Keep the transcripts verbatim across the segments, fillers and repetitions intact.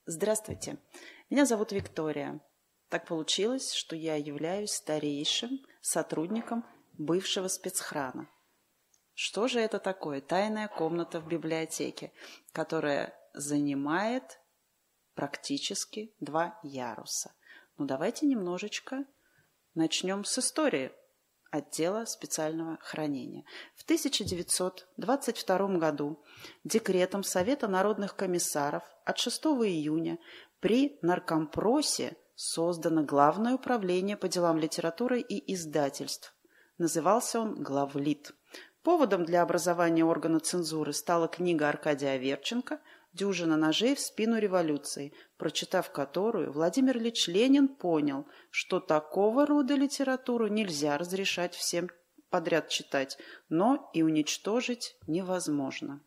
Здравствуйте, меня зовут Виктория. Так получилось, что я являюсь старейшим сотрудником бывшего спецхрана. Что же это такое? Тайная комната в библиотеке, которая занимает практически два яруса. Ну, давайте немножечко начнем с истории отдела специального хранения. В тысяча девятьсот двадцать втором году декретом Совета народных комиссаров от шестого июня при Наркомпросе создано Главное управление по делам литературы и издательств. Назывался он Главлит. Поводом для образования органа цензуры стала книга Аркадия Аверченко «Дюжина ножей в спину революции», прочитав которую Владимир Ильич Ленин понял, что такого рода литературу нельзя разрешать всем подряд читать, но и уничтожить невозможно.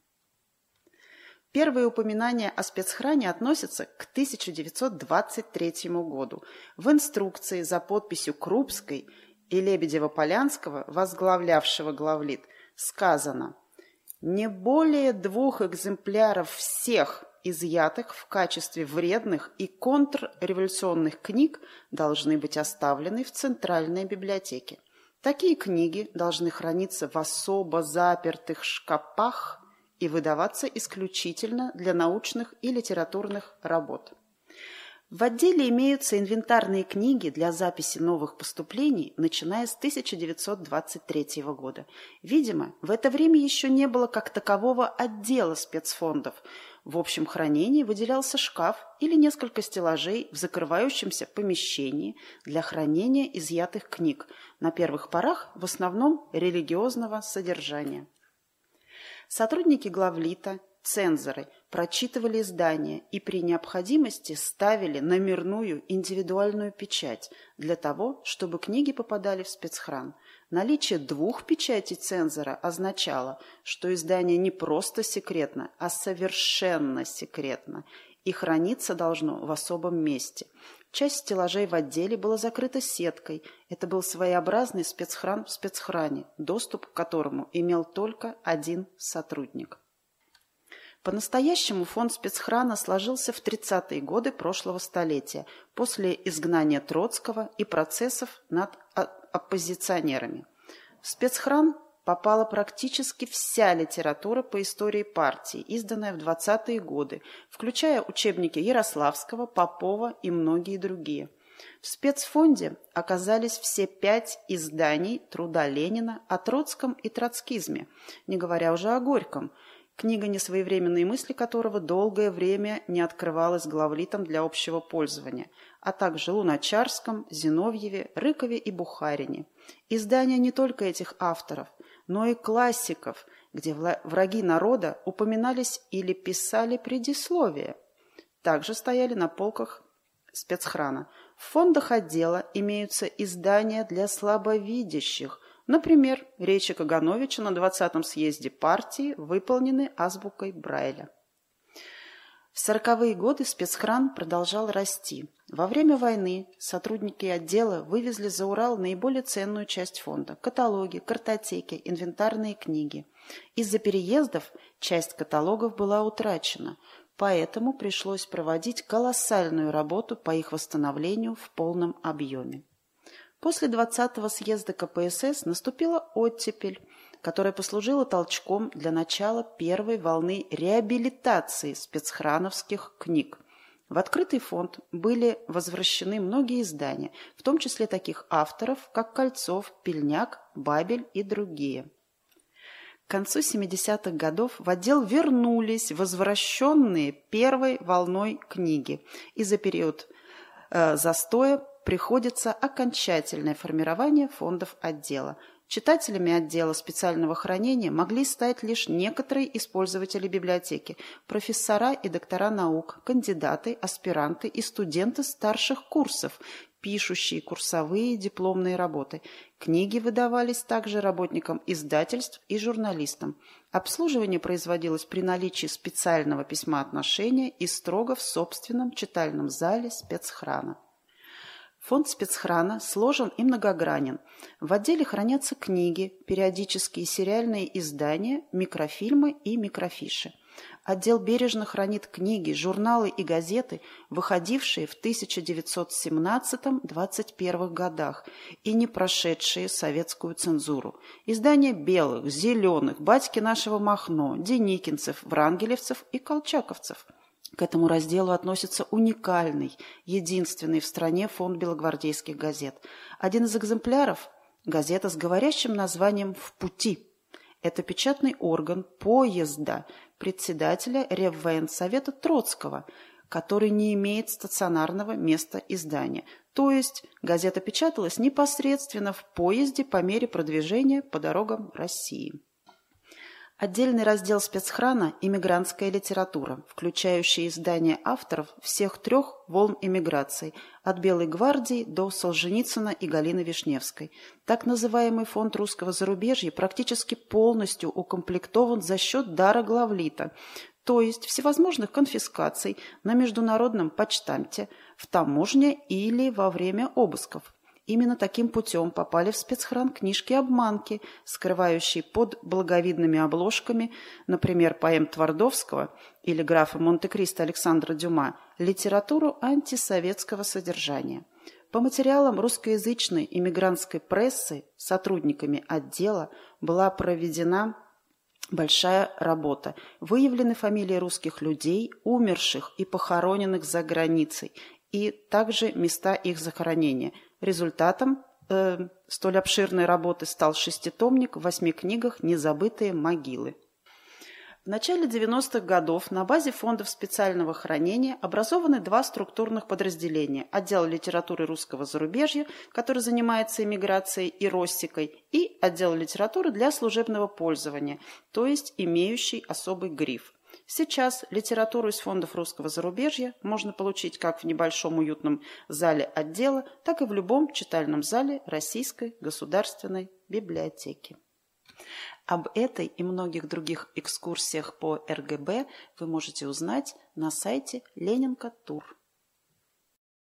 Первые упоминания о спецхране относятся к тысяча девятьсот двадцать третьему году. В инструкции за подписью Крупской и Лебедева-Полянского, возглавлявшего Главлит, сказано: «Не более двух экземпляров всех изъятых в качестве вредных и контрреволюционных книг должны быть оставлены в Центральной библиотеке. Такие книги должны храниться в особо запертых шкапах и выдаваться исключительно для научных и литературных работ». В отделе имеются инвентарные книги для записи новых поступлений, начиная с тысяча девятьсот двадцать третьего года. Видимо, в это время еще не было как такового отдела спецфондов. В общем хранении выделялся шкаф или несколько стеллажей в закрывающемся помещении для хранения изъятых книг, на первых порах в основном религиозного содержания. Сотрудники Главлита, цензоры, прочитывали издания и при необходимости ставили номерную индивидуальную печать для того, чтобы книги попадали в спецхран. Наличие двух печатей цензора означало, что издание не просто секретно, а совершенно секретно и храниться должно в особом месте. Часть стеллажей в отделе была закрыта сеткой. Это был своеобразный спецхран в спецхране, доступ к которому имел только один сотрудник. По-настоящему фонд спецхрана сложился в тридцатые годы прошлого столетия, после изгнания Троцкого и процессов над оппозиционерами. В спецхран попала практически вся литература по истории партии, изданная в двадцатые годы, включая учебники Ярославского, Попова и многие другие. В спецфонде оказались все пять изданий труда Ленина о Троцком и троцкизме, не говоря уже о Горьком, книга «Несвоевременные мысли» которого долгое время не открывалась Главлитом для общего пользования, а также Луначарском, Зиновьеве, Рыкове и Бухарине. Издания не только этих авторов, но и классиков, где враги народа упоминались или писали предисловия, также стояли на полках спецхрана. В фондах отдела имеются издания для слабовидящих. Например, речи Кагановича на двадцатом съезде партии выполнены азбукой Брайля. В сороковые годы спецхран продолжал расти. Во время войны сотрудники отдела вывезли за Урал наиболее ценную часть фонда – каталоги, картотеки, инвентарные книги. Из-за переездов часть каталогов была утрачена, поэтому пришлось проводить колоссальную работу по их восстановлению в полном объеме. После двадцатого съезда ка пэ эс эс наступила оттепель, которая послужила толчком для начала первой волны реабилитации спецхрановских книг. В открытый фонд были возвращены многие издания, в том числе таких авторов, как Кольцов, Пельняк, Бабель и другие. К концу семидесятых годов в отдел вернулись возвращенные первой волной книги, и за период э, застоя приходится окончательное формирование фондов отдела. Читателями отдела специального хранения могли стать лишь некоторые из пользователей библиотеки, профессора и доктора наук, кандидаты, аспиранты и студенты старших курсов, пишущие курсовые дипломные работы. Книги выдавались также работникам издательств и журналистам. Обслуживание производилось при наличии специального письма отношения и строго в собственном читальном зале спецхрана. Фонд спецхрана сложен и многогранен. В отделе хранятся книги, периодические сериальные издания, микрофильмы и микрофиши. Отдел бережно хранит книги, журналы и газеты, выходившие в тысяча девятьсот семнадцатом — двадцать первых годах и не прошедшие советскую цензуру. Издания белых, зеленых, батьки нашего Махно, деникинцев, врангелевцев и колчаковцев. К этому разделу относится уникальный, единственный в стране фонд белогвардейских газет. Один из экземпляров – газета с говорящим названием «В пути». Это печатный орган поезда председателя Реввоенсовета Троцкого, который не имеет стационарного места издания. То есть газета печаталась непосредственно в поезде по мере продвижения по дорогам России. Отдельный раздел спецхрана – иммигрантская литература, включающий издания авторов всех трех волн эмиграции – от Белой гвардии до Солженицына и Галины Вишневской. Так называемый фонд русского зарубежья практически полностью укомплектован за счет дара главлита, то есть всевозможных конфискаций на международном почтамте, в таможне или во время обысков. Именно таким путем попали в спецхран книжки-обманки, скрывающие под благовидными обложками, например, поэм Твардовского или графа Монте-Кристо Александра Дюма, литературу антисоветского содержания. По материалам русскоязычной иммигрантской прессы сотрудниками отдела была проведена большая работа. Выявлены фамилии русских людей, умерших и похороненных за границей, и также места их захоронения. Результатом э, столь обширной работы стал шеститомник в восьми книгах «Незабытые могилы». В начале девяностых годов на базе фондов специального хранения образованы два структурных подразделения – отдел литературы русского зарубежья, который занимается эмиграцией и россикой, и отдел литературы для служебного пользования, то есть имеющий особый гриф. Сейчас литературу из фондов русского зарубежья можно получить как в небольшом уютном зале отдела, так и в любом читальном зале Российской государственной библиотеки. Об этой и многих других экскурсиях по эр гэ бэ вы можете узнать на сайте Ленинка Тур.